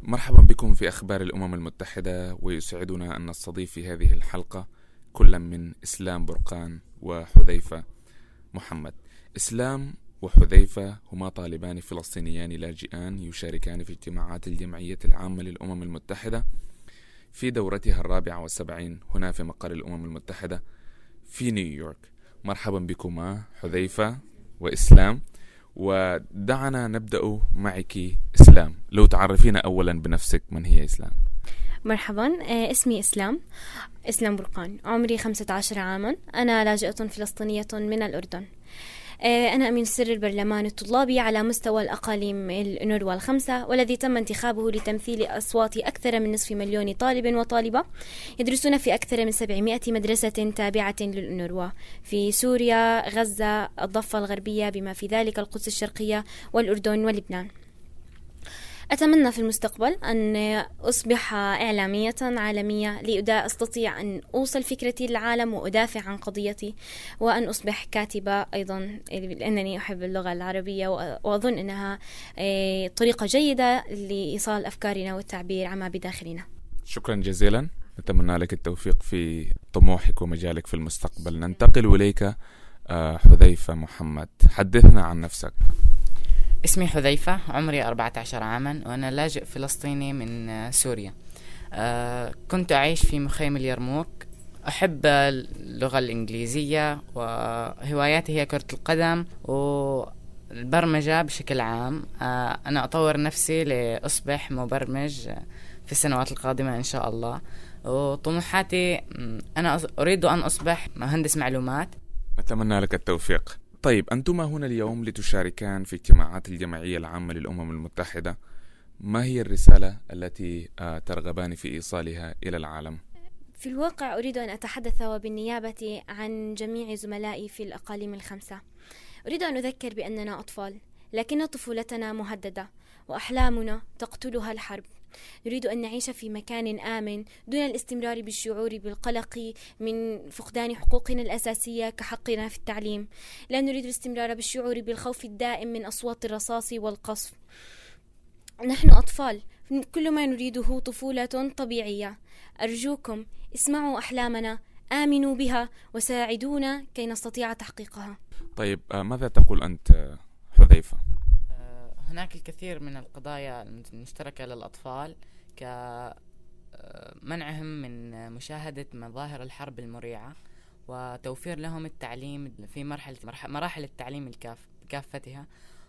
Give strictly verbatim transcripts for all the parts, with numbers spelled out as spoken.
مرحبا بكم في أخبار الأمم المتحدة، ويسعدنا أن نستضيف في هذه الحلقة كل من إسلام برقان وحذيفة محمد. إسلام وحذيفة هما طالبان فلسطينيان لاجئان يشاركان في اجتماعات الجمعية العامة للأمم المتحدة في دورتها الرابعة والسبعين هنا في مقر الأمم المتحدة في نيويورك. مرحبا بكما حذيفة وإسلام، ودعنا نبدأ معك إسلام. لو تعرفين أولا بنفسك، من هي إسلام؟ مرحبا، اسمي إسلام إسلام برقان، عمري خمسة عشر عاما، أنا لاجئة فلسطينية من الأردن. أنا أمين السر البرلمان الطلابي على مستوى الأقاليم الأونروا الخمسة، والذي تم انتخابه لتمثيل أصوات أكثر من نصف مليون طالب وطالبة يدرسون في أكثر من سبعمائة مدرسة تابعة للأونروا في سوريا، غزة، الضفة الغربية بما في ذلك القدس الشرقية والأردن ولبنان. أتمنى في المستقبل أن أصبح إعلامية عالمية لأستطيع أن أوصل فكرتي للعالم وأدافع عن قضيتي، وأن أصبح كاتبة أيضا، لأنني أحب اللغة العربية وأظن أنها طريقة جيدة لإيصال أفكارنا والتعبير عما بداخلنا. شكرا جزيلا، نتمنى لك التوفيق في طموحك ومجالك في المستقبل. ننتقل إليك حذيفة محمد، حدثنا عن نفسك. اسمي حذيفة، عمري أربعة عشر عاما، وأنا لاجئ فلسطيني من سوريا. أه كنت أعيش في مخيم اليرموك. أحب اللغة الإنجليزية، وهواياتي هي كرة القدم والبرمجة بشكل عام. أه أنا أطور نفسي لأصبح مبرمج في السنوات القادمة إن شاء الله، وطموحاتي أنا أريد أن أصبح مهندس معلومات. أتمنى لك التوفيق. طيب، أنتما هنا اليوم لتشاركان في اجتماعات الجمعية العامة للأمم المتحدة. ما هي الرسالة التي ترغبان في إيصالها إلى العالم؟ في الواقع أريد أن أتحدث وبالنيابة عن جميع زملائي في الأقاليم الخمسة. أريد أن أذكر بأننا أطفال، لكن طفولتنا مهددة وأحلامنا تقتلها الحرب. نريد أن نعيش في مكان آمن دون الاستمرار بالشعور بالقلق من فقدان حقوقنا الأساسية كحقنا في التعليم. لا نريد الاستمرار بالشعور بالخوف الدائم من أصوات الرصاص والقصف. نحن أطفال، كل ما نريده طفولة طبيعية. أرجوكم اسمعوا أحلامنا، آمنوا بها وساعدونا كي نستطيع تحقيقها. طيب، ماذا تقول أنت حذيفة؟ هناك الكثير من القضايا المشتركة للأطفال، كمنعهم من مشاهدة مظاهر الحرب المريعة، وتوفير لهم التعليم في مرحلة مراحل التعليم كافتها،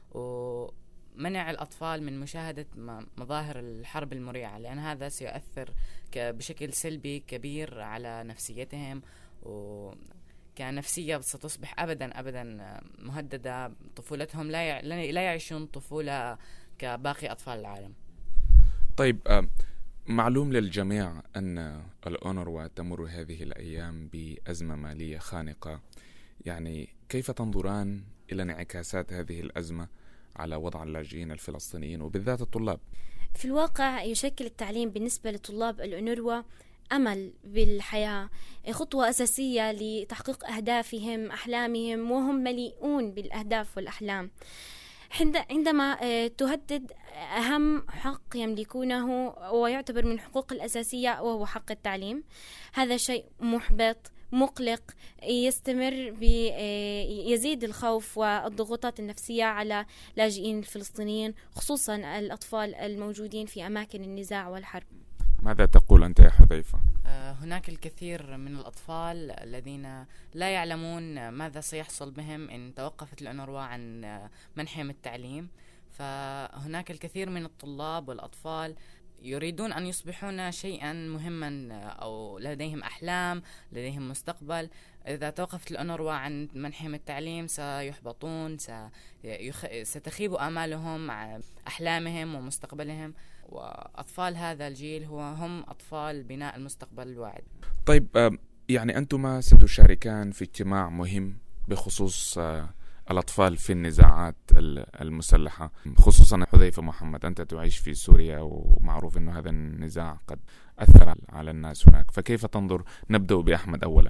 ومنع الأطفال من مشاهدة مظاهر الحرب المريعة، لأن هذا سيؤثر بشكل سلبي كبير على نفسيتهم، و كنفسية ستصبح أبدا أبدا مهددة. طفولتهم لا يع... لا يعيشون طفولة كباقي أطفال العالم. طيب، معلوم للجميع أن الأونروا تمر هذه الأيام بأزمة مالية خانقة. يعني كيف تنظران إلى انعكاسات هذه الأزمة على وضع اللاجئين الفلسطينيين وبالذات الطلاب؟ في الواقع يشكل التعليم بالنسبة لطلاب الأونروا أمل بالحياة، خطوة أساسية لتحقيق أهدافهم أحلامهم، وهم مليئون بالأهداف والأحلام. عندما تهدد أهم حق يملكونه ويعتبر من حقوق الأساسية وهو حق التعليم، هذا شيء محبط مقلق يستمر بيزيد الخوف والضغوطات النفسية على لاجئين الفلسطينيين، خصوصا الأطفال الموجودين في أماكن النزاع والحرب. ماذا تقول أنت يا حذيفة؟ هناك الكثير من الأطفال الذين لا يعلمون ماذا سيحصل بهم إن توقفت الأونروا عن منحهم التعليم. فهناك الكثير من الطلاب والأطفال يريدون أن يصبحون شيئا مهما، أو لديهم أحلام، لديهم مستقبل. إذا توقفت الأونروا عن منحهم التعليم سيحبطون، ستخيب آمالهم، أحلامهم ومستقبلهم. وأطفال هذا الجيل هو هم أطفال بناء المستقبل الواعد. طيب، يعني أنتما ستشاركان في اجتماع مهم بخصوص الأطفال في النزاعات المسلحة، خصوصا حذيفة محمد، أنت تعيش في سوريا ومعروف أنه هذا النزاع قد أثر على الناس هناك، فكيف تنظر؟ نبدأ بأحمد أولا.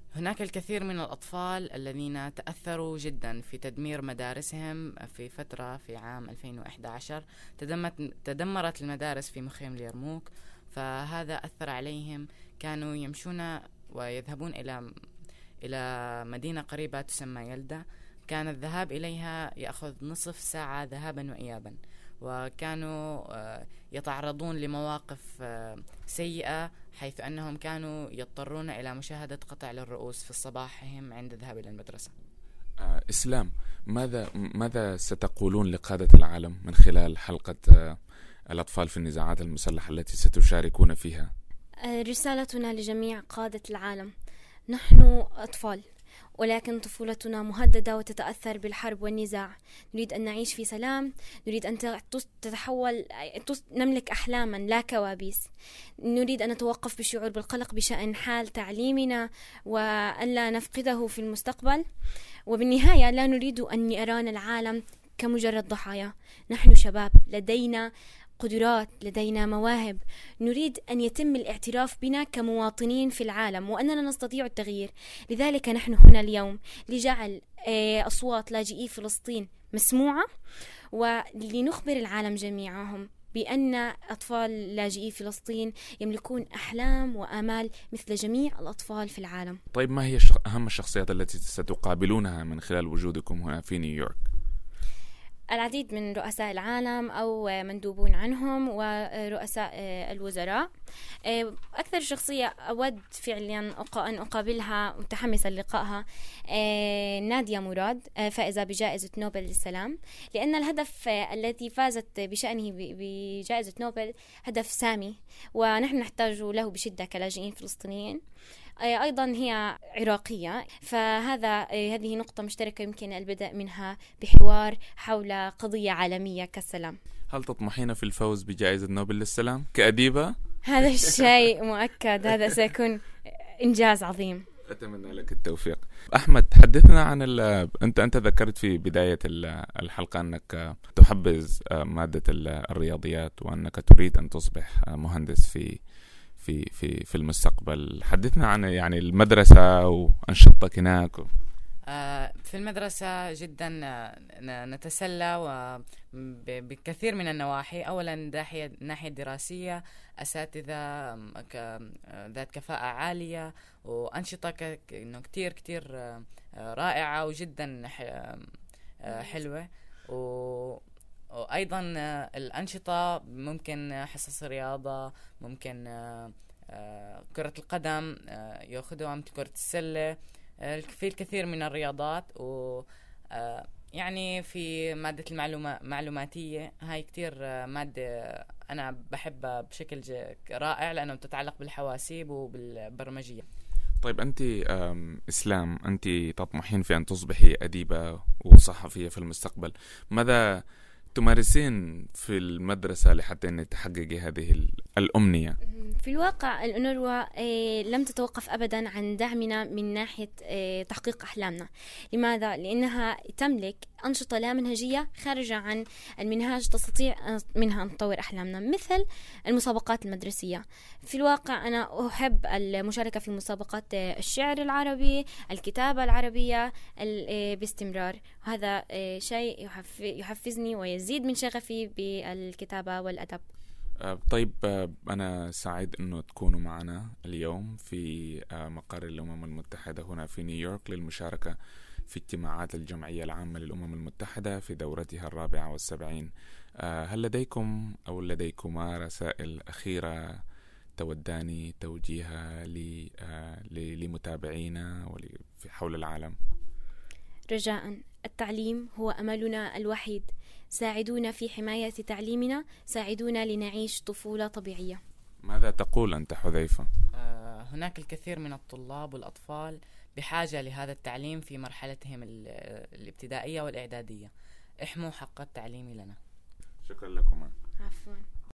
هناك الكثير من الأطفال الذين تأثروا جدا في تدمير مدارسهم في فترة في عام ألفين وإحدى عشر. تدمرت المدارس في مخيم اليرموك، فهذا أثر عليهم. كانوا يمشون ويذهبون إلى إلى مدينة قريبة تسمى يلدا. كان الذهاب إليها يأخذ نصف ساعة ذهابا وإيابا، وكانوا يتعرضون لمواقف سيئة، حيث أنهم كانوا يضطرون إلى مشاهدة قطع للرؤوس في صباحهم عند الذهاب إلى المدرسة. آه إسلام، ماذا ماذا ستقولون لقادة العالم من خلال حلقة آه الأطفال في النزاعات المسلحة التي ستشاركون فيها؟ رسالتنا لجميع قادة العالم: نحن أطفال، ولكن طفولتنا مهددة وتتأثر بالحرب والنزاع. نريد أن نعيش في سلام، نريد أن تتحول نملك أحلاما لا كوابيس. نريد أن نتوقف بالشعور بالقلق بشأن حال تعليمنا وأن لا نفقده في المستقبل. وبالنهاية لا نريد أن يرانا العالم كمجرد ضحايا. نحن شباب، لدينا قدرات، لدينا مواهب. نريد أن يتم الاعتراف بنا كمواطنين في العالم وأننا نستطيع التغيير. لذلك نحن هنا اليوم لجعل أصوات لاجئي فلسطين مسموعة، ولنخبر العالم جميعهم بأن أطفال لاجئي فلسطين يملكون أحلام وآمال مثل جميع الأطفال في العالم. طيب، ما هي أهم الشخصيات التي ستقابلونها من خلال وجودكم هنا في نيويورك؟ العديد من رؤساء العالم أو مندوبون عنهم ورؤساء الوزراء. أكثر شخصية أود فعليا أن أقابلها متحمسة للقائها نادية مراد، فائزة بجائزة نوبل للسلام، لأن الهدف الذي فازت بشأنه بجائزة نوبل هدف سامي ونحن نحتاج له بشدة كلاجئين فلسطينيين. أيضا هي عراقية، فهذا هذه نقطة مشتركة يمكن البدء منها بحوار حول قضية عالمية كالسلام. هل تطمحين في الفوز بجائزة نوبل للسلام كأديبة؟ هذا الشيء مؤكد، هذا سيكون إنجاز عظيم. أتمنى لك التوفيق. أحمد، حدثنا عن ال... أنت أنت ذكرت في بداية الحلقة أنك تحبذ مادة الرياضيات وأنك تريد أن تصبح مهندس في في في في المستقبل. حدثنا عن يعني المدرسة وأنشطتك هناك. في المدرسة جدا نتسلى بكثير من النواحي. أولا ناحية ناحية دراسية، أساتذة ذات كفاءة عالية وأنشطة إنه كتير كتير رائعة وجدا حلوة. وأيضا الأنشطة ممكن حصص رياضة، ممكن كرة القدم يأخذوها، مثل كرة السلة، في الكثير من الرياضات. و يعني في مادة المعلومة معلوماتية، هاي كتير مادة أنا بحبها بشكل رائع لأنه تتعلق بالحواسيب وبالبرمجية. طيب، أنت إسلام، أنت تطمحين في أن تصبحي أديبة وصحفية في المستقبل. ماذا تمارسين في المدرسة لحتى أن تحققي هذه الأمنية؟ في الواقع الأونروا لم تتوقف أبدا عن دعمنا من ناحية تحقيق أحلامنا. لماذا؟ لأنها تملك أنشطة لا منهجية خارجة عن المنهاج تستطيع منها أن تطور أحلامنا، مثل المسابقات المدرسية. في الواقع أنا أحب المشاركة في مسابقات الشعر العربي، الكتابة العربية باستمرار. هذا شيء يحفزني ويزيد من شغفي بالكتابة والأدب. طيب، أنا سعيد أنه تكونوا معنا اليوم في مقر الأمم المتحدة هنا في نيويورك للمشاركة في اجتماعات الجمعية العامة للأمم المتحدة في دورتها الرابعة والسبعين. هل لديكم أو لديكما رسائل أخيرة توداني توجيهها لمتابعينا في حول العالم؟ رجاء، التعليم هو أملنا الوحيد. ساعدونا في حماية تعليمنا، ساعدونا لنعيش طفولة طبيعية. ماذا تقول أنت حذيفة؟ آه هناك الكثير من الطلاب والأطفال بحاجة لهذا التعليم في مرحلتهم الابتدائية والإعدادية. احموا حق التعليم لنا. شكرا لكم. عفوا.